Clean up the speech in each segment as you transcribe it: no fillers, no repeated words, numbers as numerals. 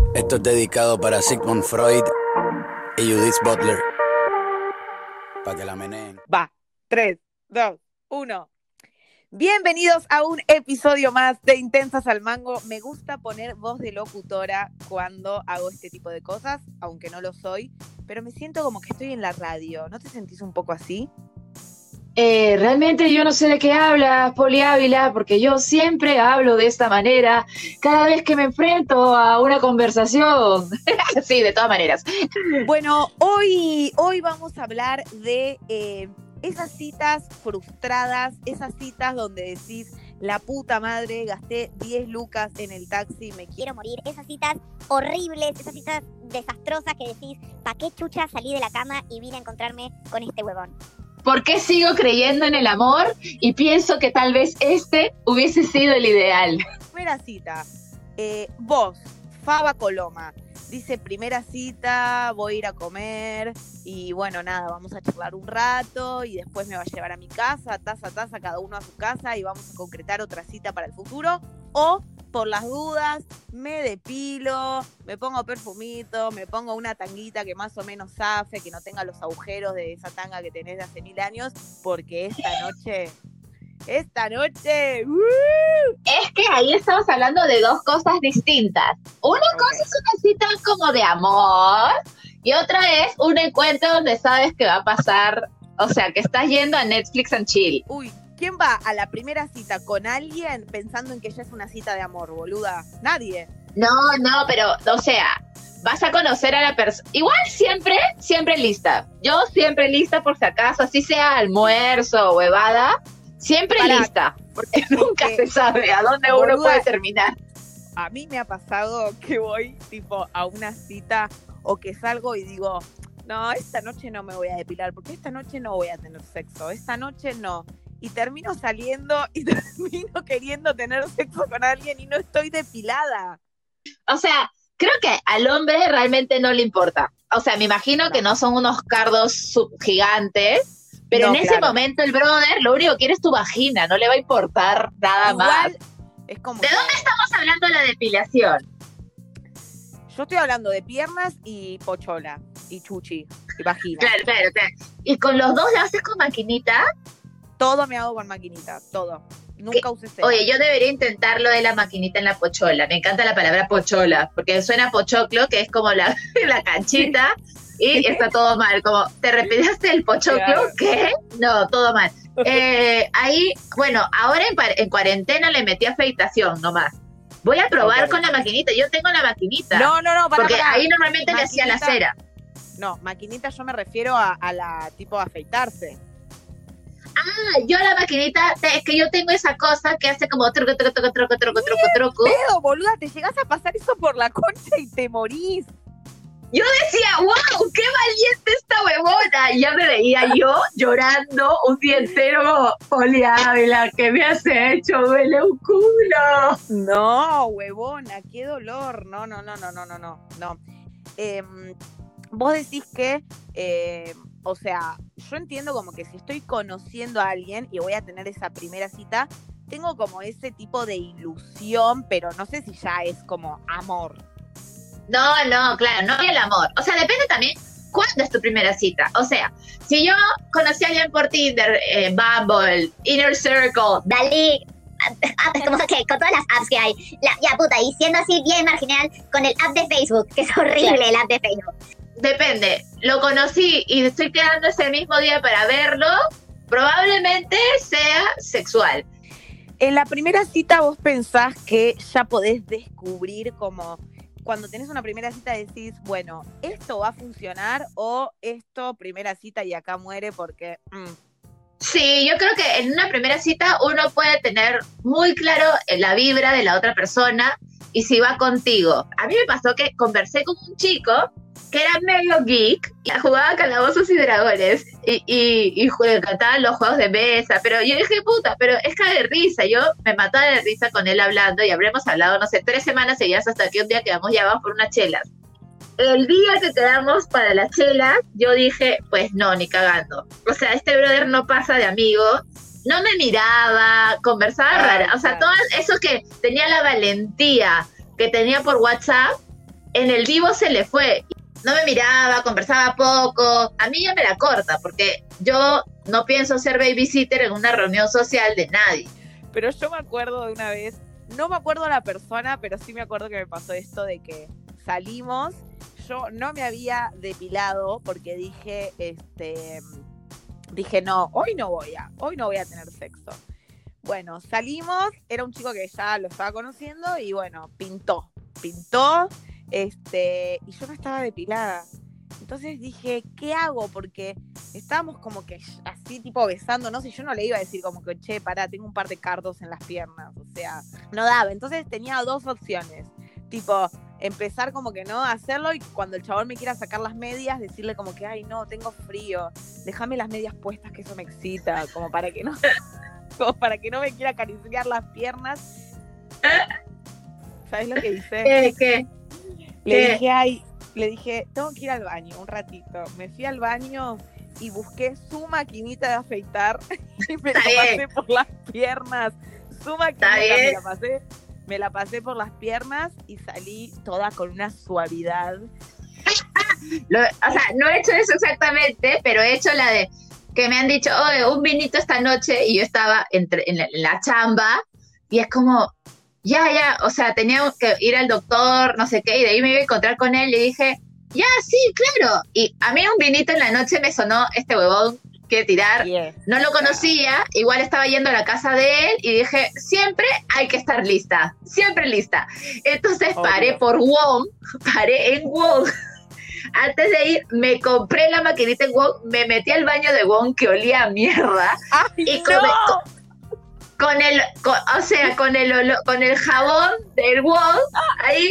Esto es dedicado para Sigmund Freud y Judith Butler. Para que la meneen. Va, 3, 2, 1. Bienvenidos a un episodio más de Intensas al Mango. Me gusta poner voz de locutora cuando hago este tipo de cosas, aunque no lo soy, pero me siento como que estoy en la radio. ¿No te sentís un poco así? Realmente yo no sé de qué hablas, Poli Ávila, porque yo siempre hablo de esta manera cada vez que me enfrento a una conversación. Sí, de todas maneras. Bueno, hoy vamos a hablar de esas citas frustradas, esas citas donde decís, la puta madre, gasté 10 lucas en el taxi, me quiero morir. Esas citas horribles, esas citas desastrosas que decís, ¿pa' qué chucha salí de la cama y vine a encontrarme con este huevón? ¿Por qué sigo creyendo en el amor? Y pienso que tal vez este hubiese sido el ideal. Primera cita, vos, Faba Coloma, dice primera cita, voy a ir a comer y bueno, nada, vamos a charlar un rato y después me va a llevar a mi casa, taza a taza, cada uno a su casa y vamos a concretar otra cita para el futuro. O, por las dudas, me depilo, me pongo perfumito, me pongo una tanguita que más o menos zafe, que no tenga los agujeros de esa tanga que tenés de hace 1000 años, porque esta noche... Es que ahí estamos hablando de dos cosas distintas. Una cosa es una cita como de amor y otra es un encuentro donde sabes que va a pasar, o sea, que estás yendo a Netflix and chill. Uy, ¿quién va a la primera cita con alguien pensando en que ya es una cita de amor, boluda? Nadie. No, pero, o sea, vas a conocer a la persona. Igual siempre lista. Yo siempre lista por si acaso, así sea almuerzo o huevada. Siempre lista, porque nunca se sabe a dónde uno puede terminar. A mí me ha pasado que voy tipo a una cita o que salgo y digo, no, esta noche no me voy a depilar, porque esta noche no voy a tener sexo, esta noche no. Y termino saliendo y termino queriendo tener sexo con alguien y no estoy depilada. O sea, creo que al hombre realmente no le importa. O sea, me imagino que no son unos cardos gigantes. Pero no, en ese momento el brother lo único que quiere es tu vagina, no le va a importar nada más. Es como ¿De dónde estamos hablando de la depilación? Yo estoy hablando de piernas y pochola, y chuchi, y vagina. Claro. ¿Y con los dos lo haces con maquinita? Todo me hago con maquinita, todo. Nunca usé cera. Oye, yo debería intentar lo de la maquinita en la pochola. Me encanta la palabra pochola, porque suena pochoclo, que es como la canchita. Y está todo mal, como, ¿te repetiste el pochoclo? Claro. ¿Qué? No, todo mal. Ahí, bueno, ahora en cuarentena le metí afeitación nomás. Voy a probar con la maquinita, yo tengo la maquinita. No, porque ahí normalmente le hacía la cera. No, maquinita yo me refiero a la tipo afeitarse. Ah, yo la maquinita, es que yo tengo esa cosa que hace como truco. Pero, boluda, te llegás a pasar eso por la concha y te morís. Yo decía, wow, qué valiente esta huevona. Y ya me veía yo llorando un día entero como, Poli Ávila, ¿qué me has hecho? Duele un culo. No, huevona, qué dolor. No. Vos decís que, o sea, yo entiendo como que si estoy conociendo a alguien y voy a tener esa primera cita, tengo como ese tipo de ilusión, pero no sé si ya es como amor. No, claro, no hay el amor. O sea, depende también cuándo es tu primera cita. O sea, si yo conocí a alguien por Tinder, Bumble, Inner Circle, Dale, como que con todas las apps que hay. Ya puta, y siendo así bien marginal con el app de Facebook, que es horrible el app de Facebook. Depende, lo conocí y estoy quedando ese mismo día para verlo, probablemente sea sexual. En la primera cita vos pensás que ya podés descubrir como... Cuando tenés una primera cita decís, bueno, ¿esto va a funcionar o esto primera cita y acá muere porque... Sí, yo creo que en una primera cita uno puede tener muy claro la vibra de la otra persona y si va contigo. A mí me pasó que conversé con un chico que era medio geek, jugaba Calabozos y Dragones y le encantaban los juegos de mesa, pero yo dije, puta, pero es que de risa, yo me mataba de risa con él hablando y habremos hablado, no sé, 3 semanas seguidas hasta que un día quedamos ya vamos por unas chelas. El día que quedamos para las chelas, yo dije, pues no, ni cagando. O sea, este brother no pasa de amigo, no me miraba, conversaba rara, o sea, todo eso que tenía la valentía que tenía por WhatsApp, en el vivo se le fue. No me miraba, conversaba poco. A mí ya me la corta, porque yo no pienso ser babysitter en una reunión social de nadie. Pero yo me acuerdo de una vez, no me acuerdo la persona, pero sí me acuerdo que me pasó esto de que salimos, yo no me había depilado porque dije no, hoy no voy a tener sexo. Bueno, salimos, era un chico que ya lo estaba conociendo y bueno, pintó, y yo no estaba depilada. Entonces dije, ¿qué hago? Porque estábamos como que así tipo besándonos y yo no le iba a decir como que, che, pará, tengo un par de cardos en las piernas, o sea, no daba. Entonces tenía dos opciones, tipo, empezar como que no, hacerlo y cuando el chabón me quiera sacar las medias, decirle como que, ay, no, tengo frío, déjame las medias puestas que eso me excita, como para que no me quiera acariciar las piernas. ¿Sabes lo que hice? ¿Qué? Le dije, tengo que ir al baño un ratito. Me fui al baño y busqué su maquinita de afeitar y me la pasé por las piernas. Su maquinita me la pasé por las piernas y salí toda con una suavidad. O sea, no he hecho eso exactamente, pero he hecho la de que me han dicho, oye, un vinito esta noche, y yo estaba en la chamba, y es como, ya, o sea, tenía que ir al doctor, no sé qué, y de ahí me iba a encontrar con él, y dije, ya, sí, claro, y a mí un vinito en la noche me sonó, este huevón quiere tirar, no lo conocía, igual estaba yendo a la casa de él, y dije, siempre hay que estar lista, siempre lista. Entonces paré en Wong, antes de ir, me compré la maquinita en Wong, me metí al baño de Wong que olía a mierda. ¡Ay, y no! con el jabón del Wong, ahí,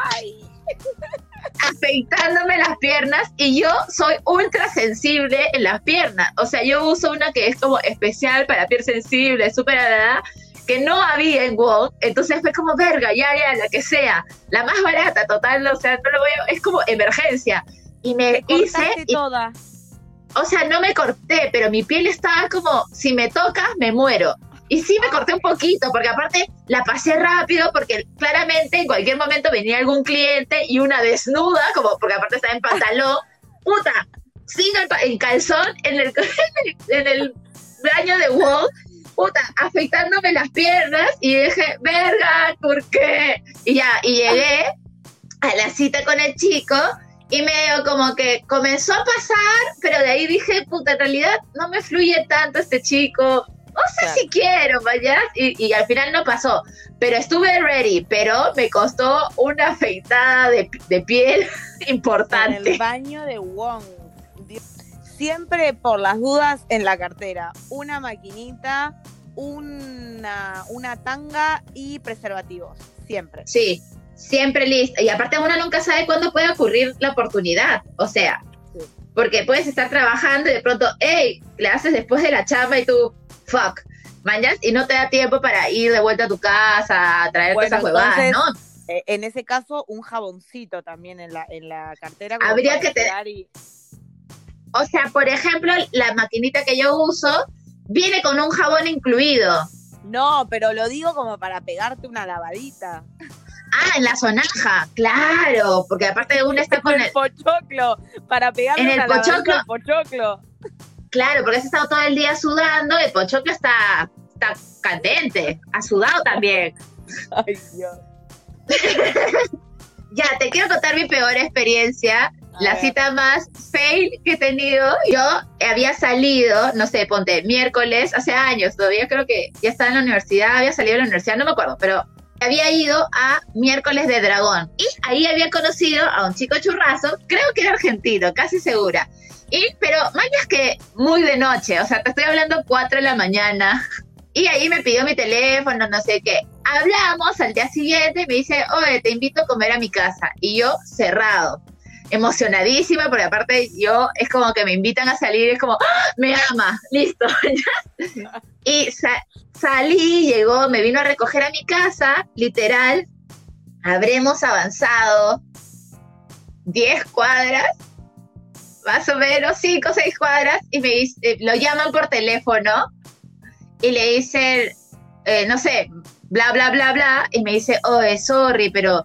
afeitándome las piernas, y yo soy ultra sensible en las piernas. O sea, yo uso una que es como especial para piel sensible, súper alada, que no había en Wong, entonces fue como, verga, ya, la que sea, la más barata, total, o sea, no lo voy a, es como emergencia. Y me hice... toda. O sea, no me corté, pero mi piel estaba como, si me tocas, me muero. Y sí me corté un poquito, porque aparte la pasé rápido, porque claramente en cualquier momento venía algún cliente y una desnuda, como porque aparte estaba en pantalón, puta, sin en calzón, en el baño de Wong, puta, afeitándome las piernas, y dije, verga, ¿por qué? Y llegué a la cita con el chico, y medio como que comenzó a pasar, pero de ahí dije, puta, en realidad no me fluye tanto este chico, no sé si quiero, vaya, y al final no pasó, pero estuve ready, pero me costó una afeitada de piel importante. En el baño de Wong. Siempre por las dudas en la cartera, una maquinita, una tanga y preservativos, siempre. Sí, siempre lista. Y aparte uno nunca sabe cuándo puede ocurrir la oportunidad, o sea, porque puedes estar trabajando y de pronto, hey, le haces después de la chamba y tú, fuck, mañas, y no te da tiempo para ir de vuelta a tu casa, a traerte esas huevadas, ¿no? En ese caso, un jaboncito también en la cartera. Habría que O sea, por ejemplo, la maquinita que yo uso viene con un jabón incluido. No, pero lo digo como para pegarte una lavadita. Ah, en la sonaja, claro, porque aparte de una está con el pochoclo, para pegarle una lavadita al pochoclo. Claro, porque has estado todo el día sudando, el pochoclo está candente, ha sudado también. Ay, Dios. Ya, te quiero contar mi peor experiencia. La cita más fail que he tenido. Yo había salido, no sé, ponte, miércoles, hace años, todavía creo que ya estaba en la universidad, había salido de la universidad, no me acuerdo, pero había ido a Miércoles de Dragón. Y ahí había conocido a un chico churrazo, creo que era argentino, casi segura. Pero mañas que muy de noche, o sea, te estoy hablando 4 de la mañana. Y ahí me pidió mi teléfono, no sé qué. Hablamos al día siguiente y me dice, oye, te invito a comer a mi casa. Y yo, cerrado, emocionadísima, porque aparte yo, es como que me invitan a salir, es como, ¡ah! Me ama, listo. Y salí, llegó, me vino a recoger a mi casa, literal, habremos avanzado 10 cuadras, más o menos 5 o 6 cuadras, y me dice, lo llaman por teléfono, y le dicen, no sé, bla, bla, bla, bla, y me dice, oye, sorry, pero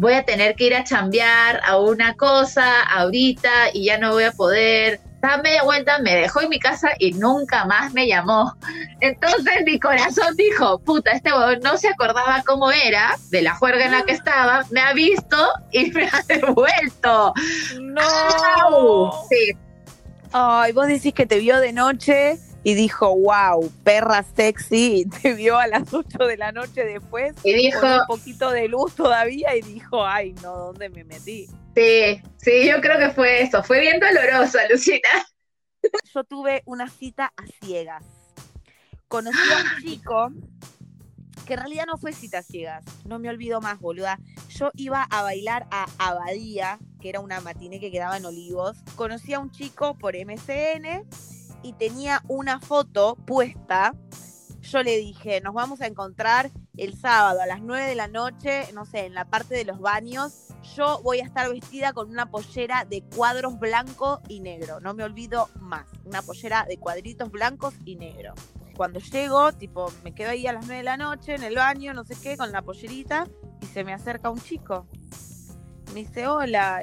voy a tener que ir a chambear a una cosa ahorita y ya no voy a poder. Da media vuelta, me dejó en mi casa y nunca más me llamó. Entonces mi corazón dijo, puta, este huevón no se acordaba cómo era, de la juerga en la que estaba, me ha visto y me ha devuelto. ¡No! Sí. Ay, vos decís que te vio de noche y dijo, wow, perra sexy, y te vio a las 8 de la noche después, Y dijo, con un poquito de luz todavía, y dijo, ay, no, ¿dónde me metí? sí, yo creo que fue eso, fue bien doloroso, Lucina. Yo tuve una cita a ciegas. Conocí a un chico que en realidad no fue cita a ciegas, no me olvido más, boluda. Yo iba a bailar a Abadía, que era una matiné que quedaba en Olivos. Conocí a un chico por MSN y tenía una foto puesta. Yo le dije, nos vamos a encontrar el sábado a las 9 de la noche, no sé, en la parte de los baños. Yo voy a estar vestida con una pollera de cuadros blanco y negro. No me olvido más. Una pollera de cuadritos blancos y negro. Cuando llego, tipo, me quedo ahí a las 9 de la noche en el baño, no sé qué, con la pollerita, y se me acerca un chico. Me dice, hola,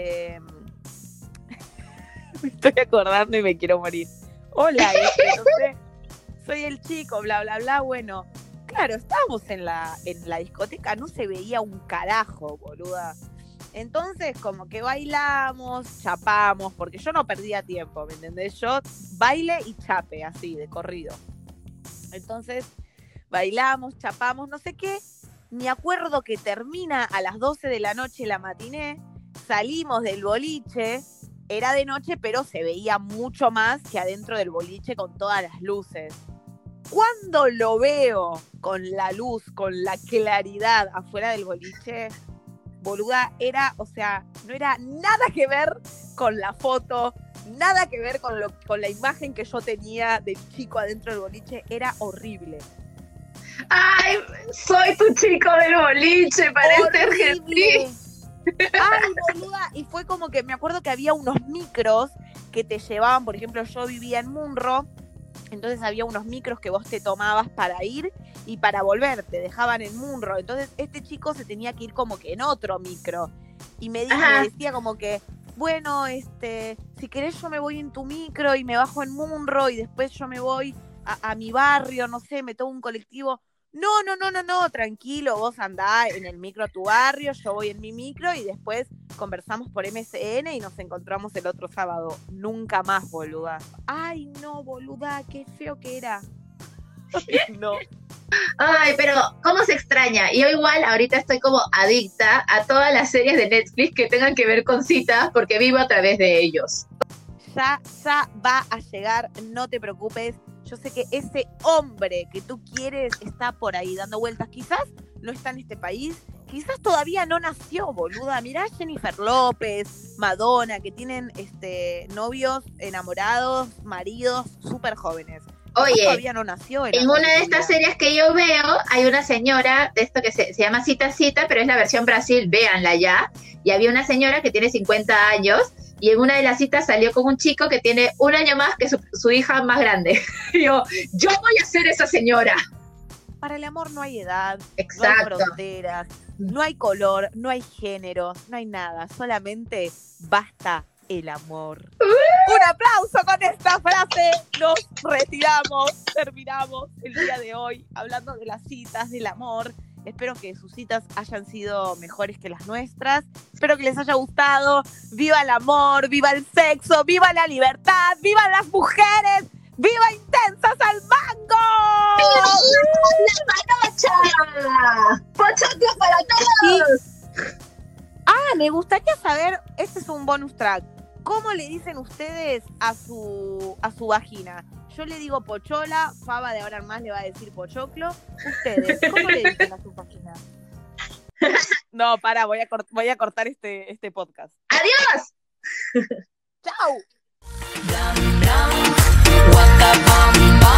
me estoy acordando y me quiero morir. Hola, no sé, soy el chico, bla, bla, bla. Bueno, claro, estábamos en la discoteca, no se veía un carajo, boluda. Entonces, como que bailamos, chapamos, porque yo no perdía tiempo, ¿me entendés? Yo baile y chape, así, de corrido. Entonces, bailamos, chapamos, no sé qué. Me acuerdo que termina a las 12 de la noche la matiné, salimos del boliche, era de noche, pero se veía mucho más que adentro del boliche con todas las luces. Cuando lo veo con la luz, con la claridad afuera del boliche, boluda, era, o sea, no era nada que ver con la foto, nada que ver con la imagen que yo tenía del chico adentro del boliche, era horrible. Ay, soy tu chico del boliche, parece argentino. Ay, boluda, y fue como que me acuerdo que había unos micros que te llevaban, por ejemplo, yo vivía en Munro, entonces había unos micros que vos te tomabas para ir y para volver, te dejaban en Munro. Entonces este chico se tenía que ir como que en otro micro. Y me decía como que, bueno, si querés yo me voy en tu micro y me bajo en Munro y después yo me voy a mi barrio, no sé, me tomo un colectivo. No, tranquilo, vos andá en el micro a tu barrio, yo voy en mi micro y después conversamos por MSN y nos encontramos el otro sábado. Nunca más, boluda. Ay, no, boluda, qué feo que era. No. Ay, pero ¿cómo se extraña? Yo igual ahorita estoy como adicta a todas las series de Netflix que tengan que ver con citas porque vivo a través de ellos. Ya va a llegar, no te preocupes. Yo sé que ese hombre que tú quieres está por ahí dando vueltas. Quizás no está en este país, quizás todavía no nació, boluda. Mirá a Jennifer López, Madonna, que tienen novios, enamorados, maridos súper jóvenes. Oye, todavía no nació en una de estas series que yo veo, hay una señora de esto que se llama Cita Cita, pero es la versión Brasil, véanla ya. Y había una señora que tiene 50 años y en una de las citas salió con un chico que tiene un año más que su hija más grande. Y yo voy a ser esa señora. Para el amor no hay edad, exacto, no hay fronteras, no hay color, no hay género, no hay nada, solamente basta el amor. Un aplauso con esta frase. Nos retiramos, terminamos el día de hoy hablando de las citas, del amor. Espero que sus citas hayan sido mejores que las nuestras. Espero que les haya gustado. ¡Viva el amor! ¡Viva el sexo! ¡Viva la libertad! ¡Viva las mujeres! ¡Viva Intensas al Mango! ¡Viva la panocha! ¡Pochoclo para todos! Me gustaría saber, este es un bonus track, ¿cómo le dicen ustedes a su vagina? Yo le digo pochola, Faba de ahora en más le va a decir pochoclo. Ustedes, ¿cómo le dicen a su vagina? No, voy a cortar este podcast. ¡Adiós! ¡Chao!